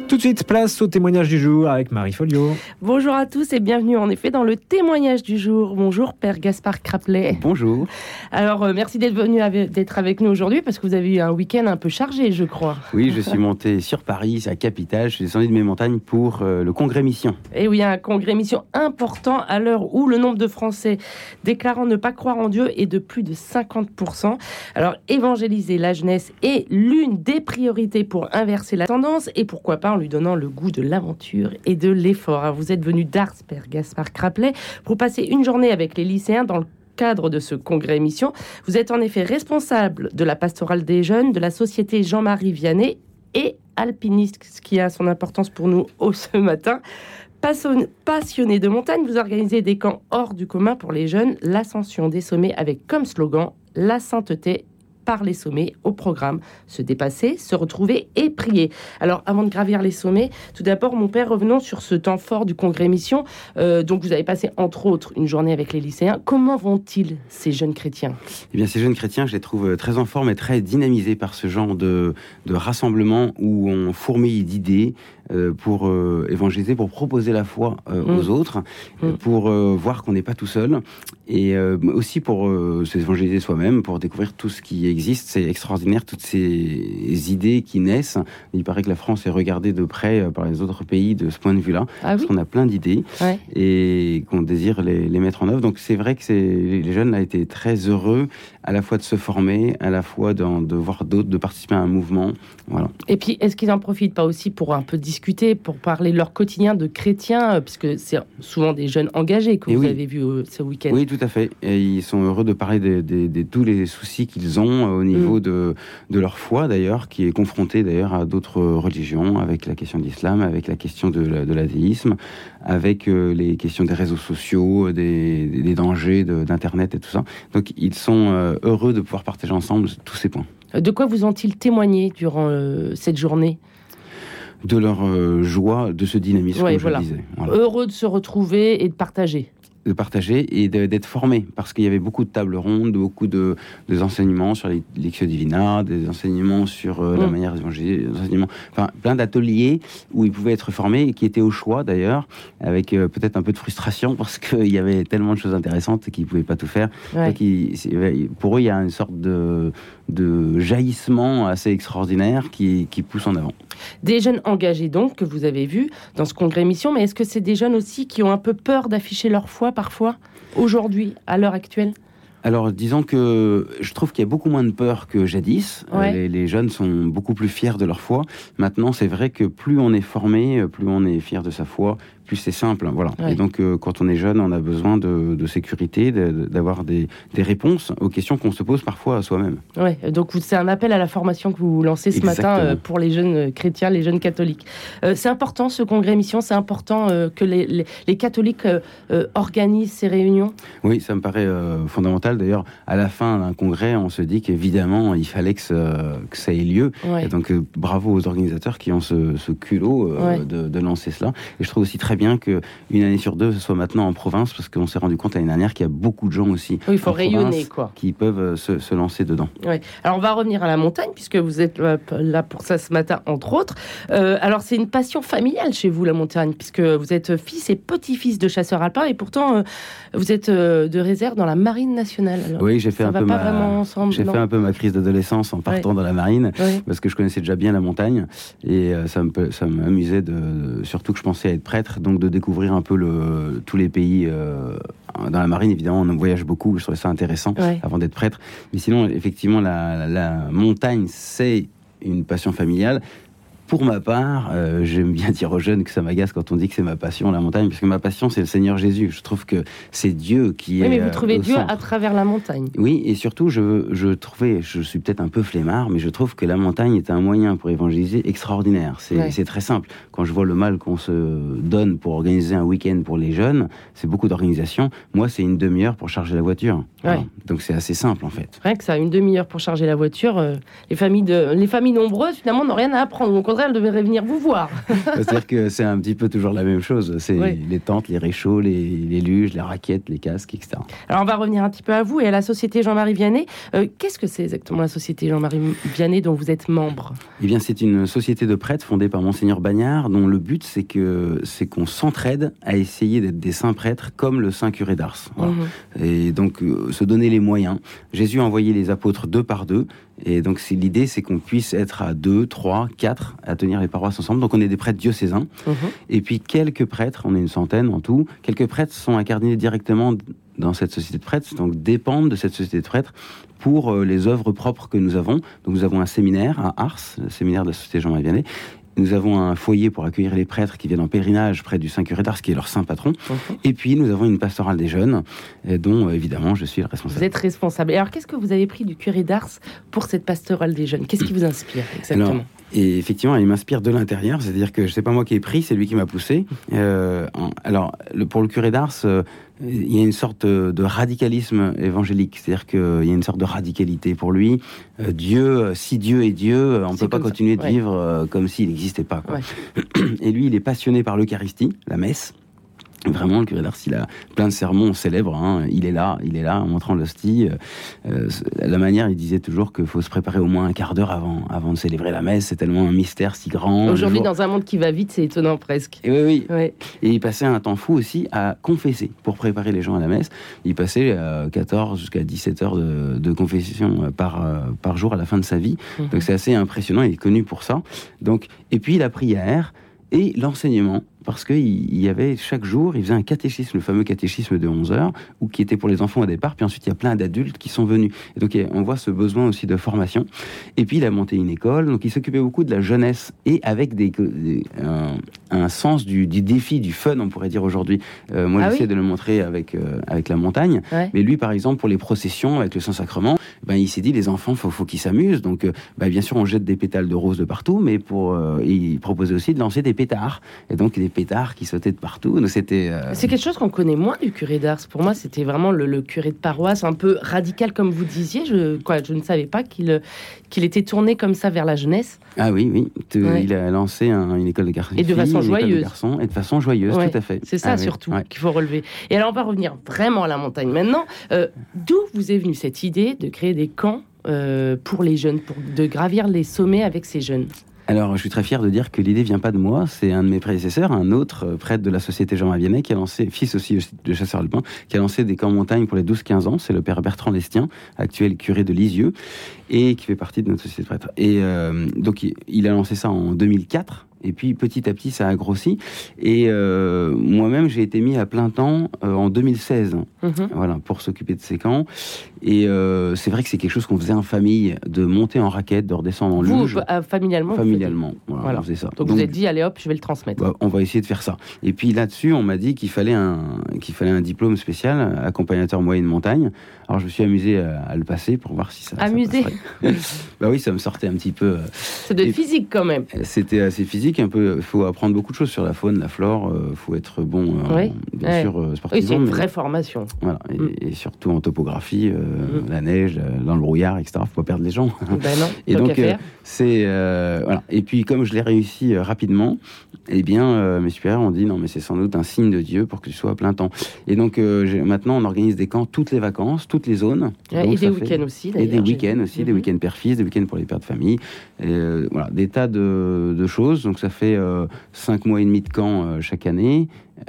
Tout de suite, place au témoignage du jour avec Marie Folliot. Bonjour à tous et bienvenue en effet dans le témoignage du jour. Bonjour Père Gaspard Craplet. Bonjour. Alors merci d'être venu d'être avec nous aujourd'hui parce que vous avez eu un week-end un peu chargé, je crois. Oui, je suis monté sur Paris, c'est la capitale. Je suis descendu de mes montagnes pour le congrès Mission. Et oui, un congrès Mission important à l'heure où le nombre de Français déclarant ne pas croire en Dieu est de plus de 50%. Alors évangéliser la jeunesse est l'une des priorités pour inverser la tendance et pourquoi pas en lui donnant le goût de l'aventure et de l'effort. Alors, vous êtes venu d'Ars, Père Gaspard Craplet, pour passer une journée avec les lycéens dans le cadre de ce congrès Mission. Vous êtes en effet responsable de la pastorale des jeunes, de la société Jean-Marie Vianney et alpiniste, ce qui a son importance pour nous ce matin. Passionné de montagne, vous organisez des camps hors du commun pour les jeunes, l'ascension des sommets avec comme slogan la sainteté par les sommets au programme, se dépasser, se retrouver et prier. Alors, avant de gravir les sommets, tout d'abord, mon père, revenons sur ce temps fort du congrès Mission. Donc, vous avez passé, entre autres, une journée avec les lycéens. Comment vont-ils, ces jeunes chrétiens ? Eh bien, ces jeunes chrétiens, je les trouve très en forme et très dynamisés par ce genre de rassemblement où on fourmille d'idées pour évangéliser, pour proposer la foi aux autres, pour voir qu'on n'est pas tout seul et aussi pour s'évangéliser soi-même, pour découvrir tout ce qui existe. C'est extraordinaire, toutes ces idées qui naissent. Il paraît que la France est regardée de près par les autres pays de ce point de vue-là, parce qu'on a plein d'idées et qu'on désire les mettre en œuvre. Donc c'est vrai que les jeunes là, étaient très heureux à la fois de se former, à la fois de voir d'autres, de participer à un mouvement. Voilà. Et puis, est-ce qu'ils n'en profitent pas aussi pour un peu discuter, pour parler de leur quotidien de chrétiens, puisque c'est souvent des jeunes engagés que vous avez vus ce week-end. Oui, tout à fait. Et ils sont heureux de parler de tous les soucis qu'ils ont au niveau de leur foi, d'ailleurs, qui est confrontée d'ailleurs à d'autres religions, avec la question de l'islam, avec la question de l'athéisme, avec les questions des réseaux sociaux, des dangers d'Internet et tout ça. Donc, ils sont heureux de pouvoir partager ensemble tous ces points. De quoi vous ont-ils témoigné durant cette journée ? De leur joie, de ce dynamisme, comme je le disais. Voilà. Heureux de se retrouver et de partager. De partager et d'être formé, parce qu'il y avait beaucoup de tables rondes, beaucoup des enseignements sur les Lectio Divina, des enseignements sur la manière d'évangéliser, plein d'ateliers où ils pouvaient être formés et qui étaient au choix d'ailleurs, avec peut-être un peu de frustration parce qu'il y avait tellement de choses intéressantes qu'ils ne pouvaient pas tout faire. Donc, pour eux, il y a une sorte de jaillissement assez extraordinaire qui pousse en avant. Des jeunes engagés donc, que vous avez vus dans ce congrès Mission, mais est-ce que c'est des jeunes aussi qui ont un peu peur d'afficher leur foi parfois, aujourd'hui, à l'heure actuelle ? Alors, disons que je trouve qu'il y a beaucoup moins de peur que jadis. Les jeunes sont beaucoup plus fiers de leur foi. Maintenant, c'est vrai que plus on est formé, plus on est fier de sa foi, plus c'est simple. Voilà. Et donc, quand on est jeune, on a besoin de sécurité, d'avoir des réponses aux questions qu'on se pose parfois à soi-même. Oui, donc c'est un appel à la formation que vous lancez ce matin pour les jeunes chrétiens, les jeunes catholiques. C'est important, ce congrès Mission, c'est important que les catholiques organisent ces réunions ? Oui, ça me paraît fondamental. D'ailleurs, à la fin d'un congrès, on se dit qu'évidemment, il fallait que ça ait lieu. Et donc, bravo aux organisateurs qui ont ce culot de lancer cela. Et je trouve aussi très bien qu'une année sur deux, ce soit maintenant en province, parce qu'on s'est rendu compte l'année dernière qu'il y a beaucoup de gens aussi il faut rayonner, qui peuvent se lancer dedans. Alors, on va revenir à la montagne, puisque vous êtes là pour ça ce matin, entre autres. Alors, c'est une passion familiale chez vous, la montagne, puisque vous êtes fils et petit-fils de chasseurs alpins, et pourtant, vous êtes de réserve dans la Marine nationale. Alors, oui, j'ai fait un peu ma crise d'adolescence en partant dans la marine, parce que je connaissais déjà bien la montagne, et ça m'amusait surtout que je pensais être prêtre, donc de découvrir un peu tous les pays. Dans la marine, évidemment, on voyage beaucoup, je trouvais ça intéressant avant d'être prêtre. Mais sinon, effectivement, la montagne, c'est une passion familiale. Pour ma part, j'aime bien dire aux jeunes que ça m'agace quand on dit que c'est ma passion, la montagne, parce que ma passion, c'est le Seigneur Jésus. Je trouve que c'est Dieu qui est. Oui, mais vous trouvez Dieu centre. À travers la montagne. Oui, et surtout, je suis peut-être un peu flemmard, mais je trouve que la montagne est un moyen pour évangéliser extraordinaire. C'est très simple. Quand je vois le mal qu'on se donne pour organiser un week-end pour les jeunes, c'est beaucoup d'organisation. Moi, c'est une demi-heure pour charger la voiture. Voilà. Donc c'est assez simple, en fait. Rien que ça, une demi-heure pour charger la voiture. Les familles nombreuses, finalement, n'ont rien à apprendre. Au contraire, ça, elle devrait venir vous voir. C'est-à-dire que c'est un petit peu toujours la même chose. C'est les tentes, les réchauds, les luges, les raquettes, les casques, etc. Alors, on va revenir un petit peu à vous et à la Société Jean-Marie Vianney. Qu'est-ce que c'est exactement la Société Jean-Marie Vianney dont vous êtes membre ? Eh bien, c'est une société de prêtres fondée par Monseigneur Bagnard, dont le but, c'est qu'on s'entraide à essayer d'être des saints prêtres comme le saint curé d'Ars. Voilà. Et donc, se donner les moyens. Jésus a envoyé les apôtres 2 par 2. Et donc, l'idée, c'est qu'on puisse être à 2, 3, 4 à tenir les paroisses ensemble. Donc, on est des prêtres diocésains. Et puis, quelques prêtres, on est une centaine en tout, quelques prêtres sont incarnés directement dans cette société de prêtres, donc dépendent de cette société de prêtres pour les œuvres propres que nous avons. Donc, nous avons un séminaire à Ars, le séminaire de la Société Jean-Marie Vianney. Nous avons un foyer pour accueillir les prêtres qui viennent en pèlerinage près du Saint-Curé d'Ars, qui est leur saint patron. Et puis, nous avons une pastorale des jeunes, dont, évidemment, je suis le responsable. Vous êtes responsable. Et alors, qu'est-ce que vous avez pris du curé d'Ars pour cette pastorale des jeunes ? Qu'est-ce qui vous inspire exactement ? Alors, et effectivement, il m'inspire de l'intérieur, c'est-à-dire que c'est pas moi qui ai pris, c'est lui qui m'a poussé. Alors, pour le curé d'Ars, il y a une sorte de radicalisme évangélique, c'est-à-dire qu'il y a une sorte de radicalité pour lui. Dieu, si Dieu est Dieu, on ne peut pas continuer de vivre comme s'il n'existait pas, quoi. Et lui, il est passionné par l'Eucharistie, la messe. Vraiment, le curé d'Ars, il a plein de sermons célèbres. Hein. Il est là, en montrant l'hostie. La manière, il disait toujours qu'il faut se préparer au moins un quart d'heure avant de célébrer la messe. C'est tellement un mystère si grand. Aujourd'hui, dans un monde qui va vite, c'est étonnant presque. Et oui. Et il passait un temps fou aussi à confesser pour préparer les gens à la messe. Il passait 14 jusqu'à 17 heures de confession par jour à la fin de sa vie. Donc c'est assez impressionnant. Il est connu pour ça. Donc, et puis la prière et l'enseignement. Parce qu'il y avait chaque jour, il faisait un catéchisme, le fameux catéchisme de 11 heures, qui était pour les enfants au départ, puis ensuite il y a plein d'adultes qui sont venus. Et donc on voit ce besoin aussi de formation. Et puis il a monté une école, donc il s'occupait beaucoup de la jeunesse, et avec un sens du défi, du fun, on pourrait dire aujourd'hui. Moi j'essaie de le montrer avec la montagne, mais lui par exemple, pour les processions avec le Saint-Sacrement, il s'est dit, les enfants, faut qu'ils s'amusent, donc bien sûr on jette des pétales de rose de partout, mais il proposait aussi de lancer des pétards, et donc des pétards qui sautaient de partout. Donc c'est quelque chose qu'on connaît moins du curé d'Ars. Pour moi, c'était vraiment le curé de paroisse, un peu radical, comme vous disiez. Je ne savais pas qu'il était tourné comme ça vers la jeunesse. Ah oui. Il a lancé une école de garçons. Et de façon joyeuse. Et de façon joyeuse, tout à fait. C'est ça surtout qu'il faut relever. Et alors, on va revenir vraiment à la montagne maintenant. D'où vous est venue cette idée de créer des camps pour les jeunes, de gravir les sommets avec ces jeunes ? Alors, je suis très fier de dire que l'idée vient pas de moi, c'est un de mes prédécesseurs, un autre prêtre de la Société Jean-Marie Vianney, qui a lancé, fils aussi de chasseur alpin, qui a lancé des camps montagne pour les 12-15 ans. C'est le père Bertrand Lestien, actuel curé de Lisieux, et qui fait partie de notre société de prêtres. Et donc, il a lancé ça en 2004. Et puis petit à petit, ça a grossi. Et moi-même, j'ai été mis à plein temps en 2016, voilà, pour s'occuper de ces camps. Et c'est vrai que c'est quelque chose qu'on faisait en famille, de monter en raquette, de redescendre en luge. Familialement. Voilà. On faisait ça. Donc vous vous êtes dit, allez hop, je vais le transmettre. On va essayer de faire ça. Et puis là-dessus, on m'a dit qu'il fallait un diplôme spécial, accompagnateur moyenne montagne. Alors je me suis amusé à le passer pour voir si ça. Amusé. Oui, ça me sortait un petit peu. C'est de physique quand même. C'était assez physique. Un peu, il faut apprendre beaucoup de choses sur la faune, la flore. Il faut être bon, bien sûr, sportivement. Oui, c'est une vraie formation. Voilà, et surtout en topographie, la neige, dans le brouillard, etc. Il ne faut pas perdre les gens. Ben non. Et donc, c'est voilà. Et puis, comme je l'ai réussi rapidement, eh bien, mes supérieurs ont dit non, mais c'est sans doute un signe de Dieu pour que tu sois à plein temps. Et donc, maintenant, on organise des camps toutes les vacances, toutes les zones. Et des week-ends aussi. Et des week-ends aussi, des week-ends père-fils, des week-ends pour les pères de famille. Voilà, des tas de choses. Donc, ça fait 5 mois et demi de camp chaque année.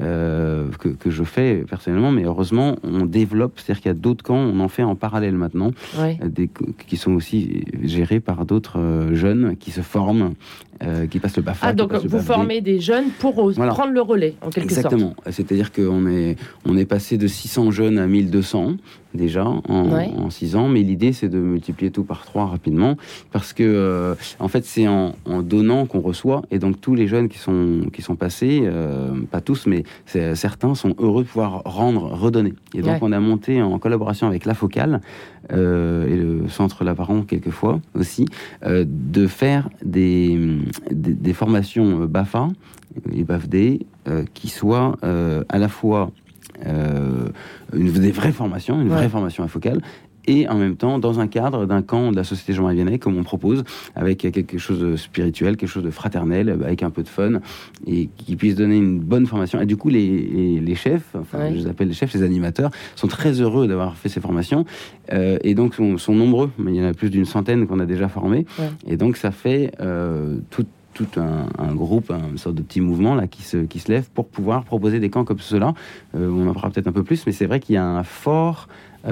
Que je fais personnellement, mais heureusement on développe, c'est-à-dire qu'il y a d'autres camps, on en fait en parallèle maintenant, qui sont aussi gérés par d'autres jeunes qui se forment, qui passent le BAFA. Ah, donc vous formez des jeunes pour prendre le relais, en quelque sorte. Exactement, c'est-à-dire qu'on est passé de 600 jeunes à 1200 déjà en 6 ans, mais l'idée c'est de multiplier tout par 3 rapidement, parce que en fait c'est en donnant qu'on reçoit, et donc tous les jeunes qui sont passés, pas tous, mais certains sont heureux de pouvoir redonner. Et donc on a monté en collaboration avec La Focale et le Centre Laparon quelquefois aussi, de faire des formations BAFA et BAFD qui soient à la fois des vraies formations, vraie formation à Focale, et en même temps dans un cadre d'un camp de la Société Jean-Marie Vianney, comme on propose, avec quelque chose de spirituel, quelque chose de fraternel, avec un peu de fun, et qui puisse donner une bonne formation. Et du coup, les chefs, je les appelle les chefs, les animateurs, sont très heureux d'avoir fait ces formations, et donc sont nombreux, mais il y en a plus d'une centaine qu'on a déjà formés, et donc ça fait tout un groupe, une sorte de petit mouvement là, qui se lève pour pouvoir proposer des camps comme ceux-là. On en parlera peut-être un peu plus, mais c'est vrai qu'il y a un fort,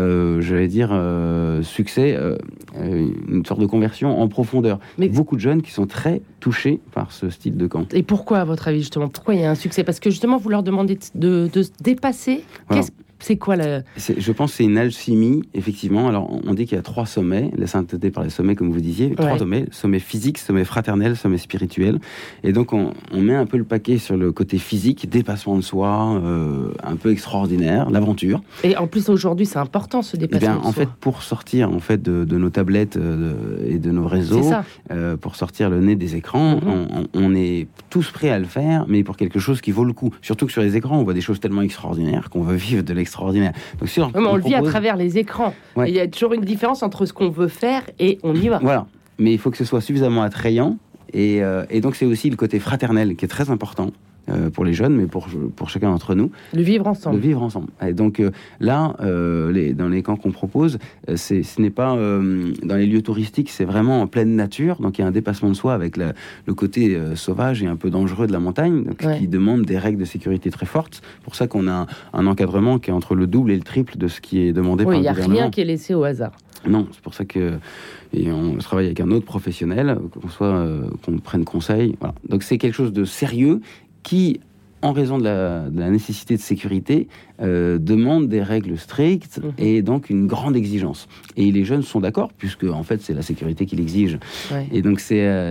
succès, une sorte de conversion en profondeur. Mais beaucoup de jeunes qui sont très touchés par ce style de camp. Et pourquoi, à votre avis, justement, pourquoi il y a un succès? Parce que justement, vous leur demandez de se dépasser. Voilà. C'est quoi Je pense que c'est une alchimie, effectivement. Alors, on dit qu'il y a 3 sommets, la sainteté par les sommets, comme vous disiez. 3 sommets, sommet physique, sommet fraternel, sommet spirituel. Et donc, on met un peu le paquet sur le côté physique, dépassement de soi, un peu extraordinaire, l'aventure. Et en plus, aujourd'hui, c'est important, ce dépassement de soi. En fait, pour sortir de nos tablettes et de nos réseaux, pour sortir le nez des écrans, on est tous prêts à le faire, mais pour quelque chose qui vaut le coup. Surtout que sur les écrans, on voit des choses tellement extraordinaires qu'on veut vivre de l'extraordinaire. Donc, si on le vit à travers les écrans. Il y a toujours une différence entre ce qu'on veut faire et on y va. Voilà. Mais il faut que ce soit suffisamment attrayant. Et donc, c'est aussi le côté fraternel qui est très important pour les jeunes, mais pour chacun d'entre nous. Le vivre ensemble. Le vivre ensemble. Et donc là, dans les camps qu'on propose, ce n'est pas dans les lieux touristiques, c'est vraiment en pleine nature. Donc il y a un dépassement de soi avec le côté sauvage et un peu dangereux de la montagne, donc, qui demande des règles de sécurité très fortes. C'est pour ça qu'on a un encadrement qui est entre le double et le triple de ce qui est demandé par le gouvernement. Il n'y a rien qui est laissé au hasard. Non, c'est pour ça on travaille avec un autre professionnel, qu'on prenne conseil. Voilà. Donc c'est quelque chose de sérieux qui, en raison de la nécessité de sécurité, demande des règles strictes et donc une grande exigence. Et les jeunes sont d'accord, puisque en fait c'est la sécurité qui l'exige. Et donc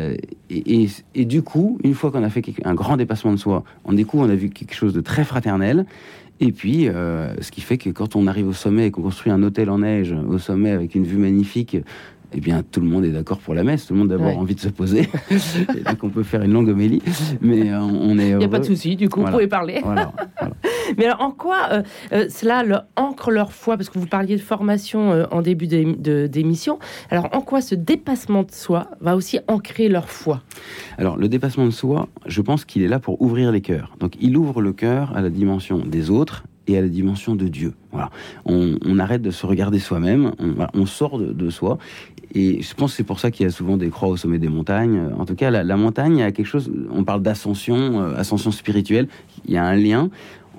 et du coup, une fois qu'on a fait un grand dépassement de soi, on a vu quelque chose de très fraternel. Et puis, ce qui fait que quand on arrive au sommet et qu'on construit un hôtel en neige au sommet avec une vue magnifique, eh bien, tout le monde est d'accord pour la messe. Tout le monde a d'abord envie de se poser. Et donc, on peut faire une longue homélie. Mais on est heureux. Il n'y a pas de souci. Du coup, vous pouvez parler. Voilà. Mais alors, en quoi cela ancre leur foi? Parce que vous parliez de formation en début d'émission. Alors, en quoi ce dépassement de soi va aussi ancrer leur foi? Alors, le dépassement de soi, je pense qu'il est là pour ouvrir les cœurs. Donc, il ouvre le cœur à la dimension des autres et à la dimension de Dieu. Voilà. On arrête de se regarder soi-même, on sort de soi. Et je pense que c'est pour ça qu'il y a souvent des croix au sommet des montagnes. En tout cas, la montagne, il y a quelque chose, on parle d'ascension, ascension spirituelle, il y a un lien.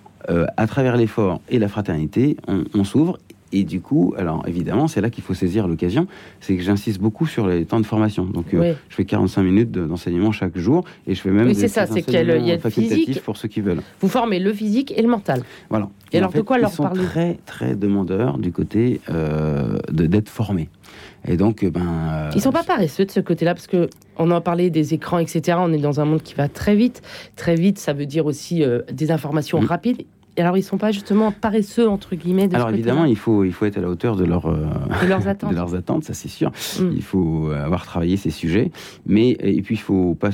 À travers l'effort et la fraternité, on s'ouvre. Et du coup, alors évidemment, c'est là qu'il faut saisir l'occasion. C'est que j'insiste beaucoup sur les temps de formation. Donc, je fais 45 minutes d'enseignement chaque jour, et je fais même des enseignements facultatifs pour ceux qui veulent. Vous formez le physique et le mental. Voilà. Et alors, de quoi leur parler? Ils sont très, très demandeurs du côté d'être formés. Et donc, ils sont pas paresseux de ce côté-là, parce que on en parlait des écrans, etc. On est dans un monde qui va très vite. Très vite, ça veut dire aussi des informations rapides. Et alors, ils ne sont pas justement paresseux, entre guillemets, de alors, évidemment, il faut être à la hauteur de leurs attentes. De leurs attentes, ça c'est sûr. Il faut avoir travaillé ces sujets. Et puis, il ne faut pas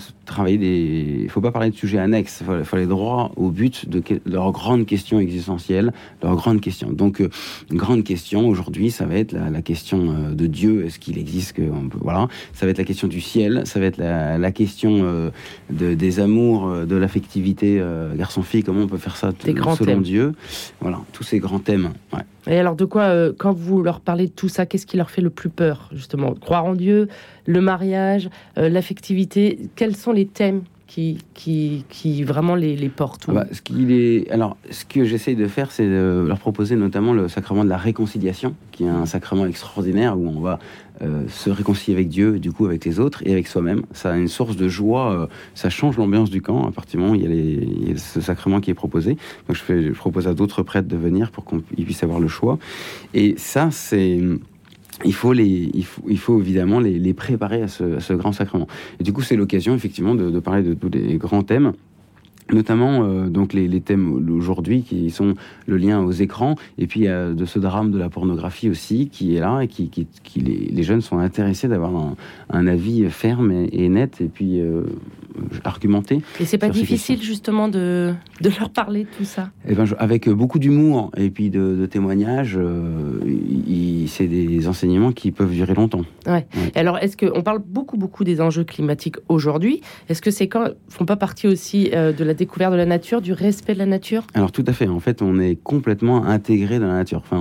parler de sujets annexes. Il faut aller droit au but de leurs grandes questions existentielles, leurs grandes questions. Donc, une grande question, aujourd'hui, ça va être la question de Dieu. Est-ce qu'il existe voilà. Ça va être la question du ciel. Ça va être la question des amours, de l'affectivité garçon-fille. Comment on peut faire ça selon Dieu, voilà, tous ces grands thèmes. Et alors, de quoi, quand vous leur parlez de tout ça, qu'est-ce qui leur fait le plus peur, justement? Croire en Dieu, le mariage, l'affectivité, quels sont les thèmes qui vraiment les portent? Ce que j'essaye de faire, c'est de leur proposer notamment le sacrement de la réconciliation, qui est un sacrement extraordinaire où on va se réconcilier avec Dieu, du coup avec les autres et avec soi-même. Ça a une source de joie, ça change l'ambiance du camp. À partir du moment où il y a ce sacrement qui est proposé. Donc je propose à d'autres prêtres de venir pour qu'ils puissent avoir le choix. Et ça, c'est... Il faut évidemment les préparer à ce grand sacrement. Et du coup, c'est l'occasion, effectivement, de parler de tous les grands thèmes, notamment donc les thèmes aujourd'hui qui sont le lien aux écrans, et puis de ce drame de la pornographie aussi qui est là, et qui les jeunes sont intéressés d'avoir un avis ferme et net, et puis argumenté. Et c'est pas difficile justement de leur parler de tout ça? Avec beaucoup d'humour et puis de témoignages, c'est des enseignements qui peuvent durer longtemps. Ouais. Et alors, est-ce qu'on parle beaucoup des enjeux climatiques aujourd'hui? Est-ce que ces camps font pas partie aussi de la découverte de la nature, du respect de la nature? Alors tout à fait. En fait, on est complètement intégré dans la nature. Enfin,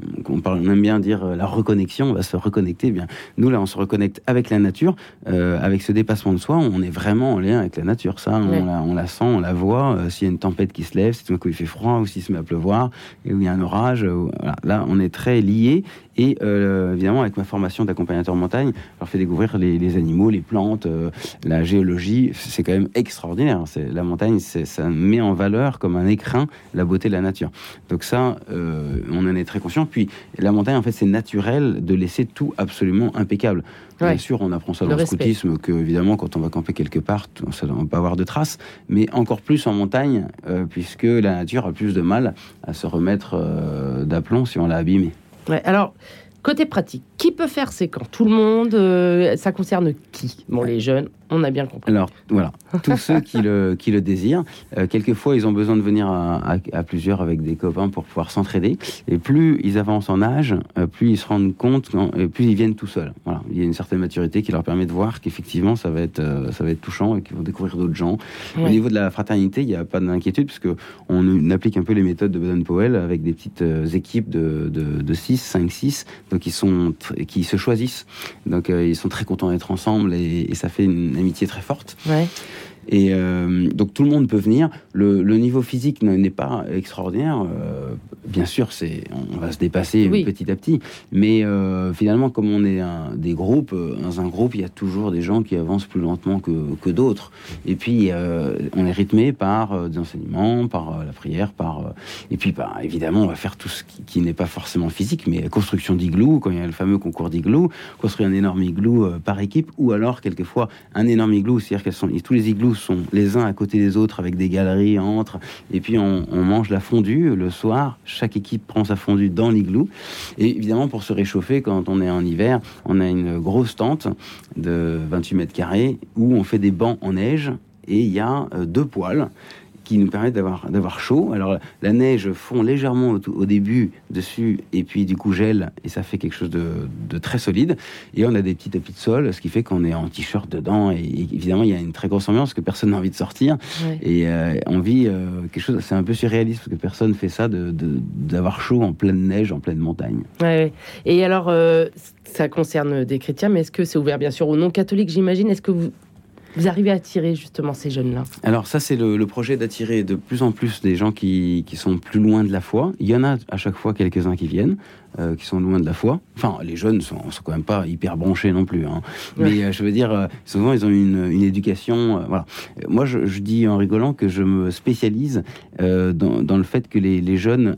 on aime bien dire la reconnexion. On va se reconnecter. Eh bien, nous là, on se reconnecte avec la nature, avec ce dépassement de soi. On est vraiment en lien avec la nature. Ça, on la sent, on la voit. S'il y a une tempête qui se lève, si tout d'un coup il fait froid, ou s'il se met à pleuvoir, et où il y a un orage, voilà. Là, on est très liés. Et évidemment, avec ma formation d'accompagnateur en montagne, je leur fais découvrir les animaux, les plantes, la géologie. C'est quand même extraordinaire. La montagne, ça met en valeur comme un écrin la beauté de la nature. Donc ça, on en est très conscient. Puis la montagne, en fait, c'est naturel de laisser tout absolument impeccable. Bien sûr, on apprend ça dans le scoutisme, que évidemment, quand on va camper quelque part, ça ne va pas avoir de traces, mais encore plus en montagne, puisque la nature a plus de mal à se remettre d'aplomb si on l'a abîmée. Ouais, alors, côté pratique, qui peut faire ces camps? Tout le monde? Ça concerne qui? Bon, les jeunes, on a bien compris. Alors, voilà, tous ceux qui le désirent. Quelquefois, ils ont besoin de venir à plusieurs avec des copains pour pouvoir s'entraider. Et plus ils avancent en âge, plus ils se rendent compte, plus ils viennent tout seuls. Voilà. Il y a une certaine maturité qui leur permet de voir qu'effectivement, ça va être touchant et qu'ils vont découvrir d'autres gens. Ouais. Au niveau de la fraternité, il n'y a pas d'inquiétude, parce qu'on applique un peu les méthodes de Baden-Powell avec des petites équipes de 6, 5, 6, donc qui se choisissent. Donc, ils sont très contents d'être ensemble et ça fait une amitié très forte. Ouais. Et donc tout le monde peut venir. Le niveau physique n'est pas extraordinaire. Bien sûr, on va se dépasser petit à petit. Mais finalement, comme on est des groupes, dans un groupe, il y a toujours des gens qui avancent plus lentement que d'autres. Et puis, on est rythmé par des enseignements, par la prière, et puis évidemment, on va faire tout ce qui n'est pas forcément physique, mais construction d'igloo, quand il y a le fameux concours d'igloo, construire un énorme igloo par équipe, ou alors quelquefois un énorme igloo, c'est-à-dire tous les igloos sont les uns à côté des autres avec des galeries entre, et puis on mange la fondue le soir. Chaque équipe prend sa fondue dans l'igloo, et évidemment pour se réchauffer quand on est en hiver, on a une grosse tente de 28 mètres carrés où on fait des bancs en neige, et il y a 2 poêles qui nous permettent d'avoir chaud. Alors la neige fond légèrement au début dessus, et puis du coup gèle, et ça fait quelque chose de très solide. Et on a des petits tapis de sol, ce qui fait qu'on est en t-shirt dedans, et évidemment il y a une très grosse ambiance parce que personne n'a envie de sortir. Ouais. Et on vit quelque chose, c'est un peu surréaliste parce que personne ne fait ça, d'avoir chaud en pleine neige, en pleine montagne. Ouais. Et alors ça concerne des chrétiens, mais est-ce que c'est ouvert bien sûr aux non-catholiques, j'imagine? Est-ce que vous arrivez à attirer justement ces jeunes-là? Alors ça, c'est le projet d'attirer de plus en plus des gens qui sont plus loin de la foi. Il y en a à chaque fois quelques-uns qui viennent, qui sont loin de la foi. Enfin, les jeunes sont quand même pas hyper branchés non plus. Hein. Mais je veux dire, souvent ils ont une éducation. Voilà. Moi, je dis en rigolant que je me spécialise dans le fait que les jeunes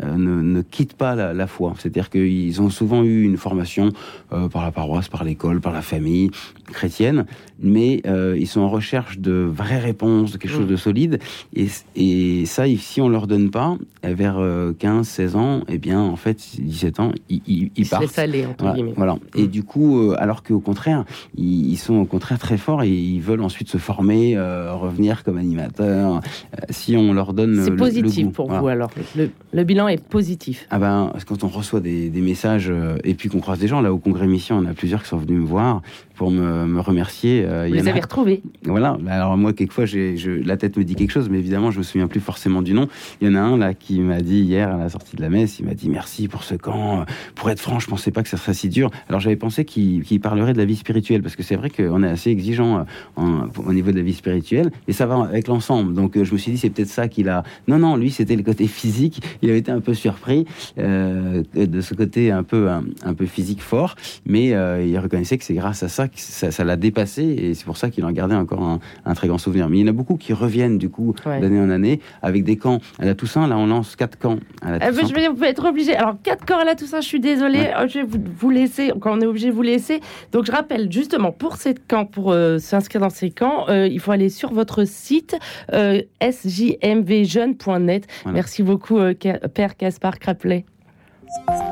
ne quittent pas la foi. C'est-à-dire qu'ils ont souvent eu une formation par la paroisse, par l'école, par la famille chrétienne, mais ils sont en recherche de vraies réponses, de quelque chose de solide. Et ça, si on leur donne pas, vers 15-16 ans, eh bien, en fait, 17 ans, ils partent. Se laissent aller, entre guillemets. Voilà. Et du coup, alors qu'au contraire, ils sont au contraire très forts et ils veulent ensuite se former, revenir comme animateurs. Si on leur donne c'est positif le goût. Pour vous, alors. Le bilan est positif. Ah ben, quand on reçoit des messages et puis qu'on croise des gens, là, au Congrès Mission, on a plusieurs qui sont venus me voir pour me remercier. Vous les avez retrouvés? Voilà. Alors moi, quelquefois, la tête me dit quelque chose, mais évidemment, je me souviens plus forcément du nom. Il y en a un là qui m'a dit hier à la sortie de la messe, il m'a dit merci pour ce camp. Pour être franc, je pensais pas que ça serait si dur. Alors j'avais pensé qu'il parlerait de la vie spirituelle, parce que c'est vrai qu'on est assez exigeant au niveau de la vie spirituelle, et ça va avec l'ensemble. Donc je me suis dit c'est peut-être ça qu'il a. Non, lui c'était le côté physique. Il avait été un peu surpris de ce côté un peu physique fort, mais il reconnaissait que c'est grâce à ça que ça l'a dépassé, et c'est pour ça qu'il en gardait encore un très grand souvenir. Mais il y en a beaucoup qui reviennent du coup d'année en année avec des camps. À la Toussaint, là on lance 4 camps à la Toussaint. Je vais vous être obligé. Alors 4 camps à la Toussaint, je suis désolée, je vais vous laisser, quand on est obligé de vous laisser. Donc je rappelle justement pour ces camps, pour s'inscrire dans ces camps, il faut aller sur votre site sjmvjeune.net. Voilà. Merci beaucoup Père Gaspard Craplet.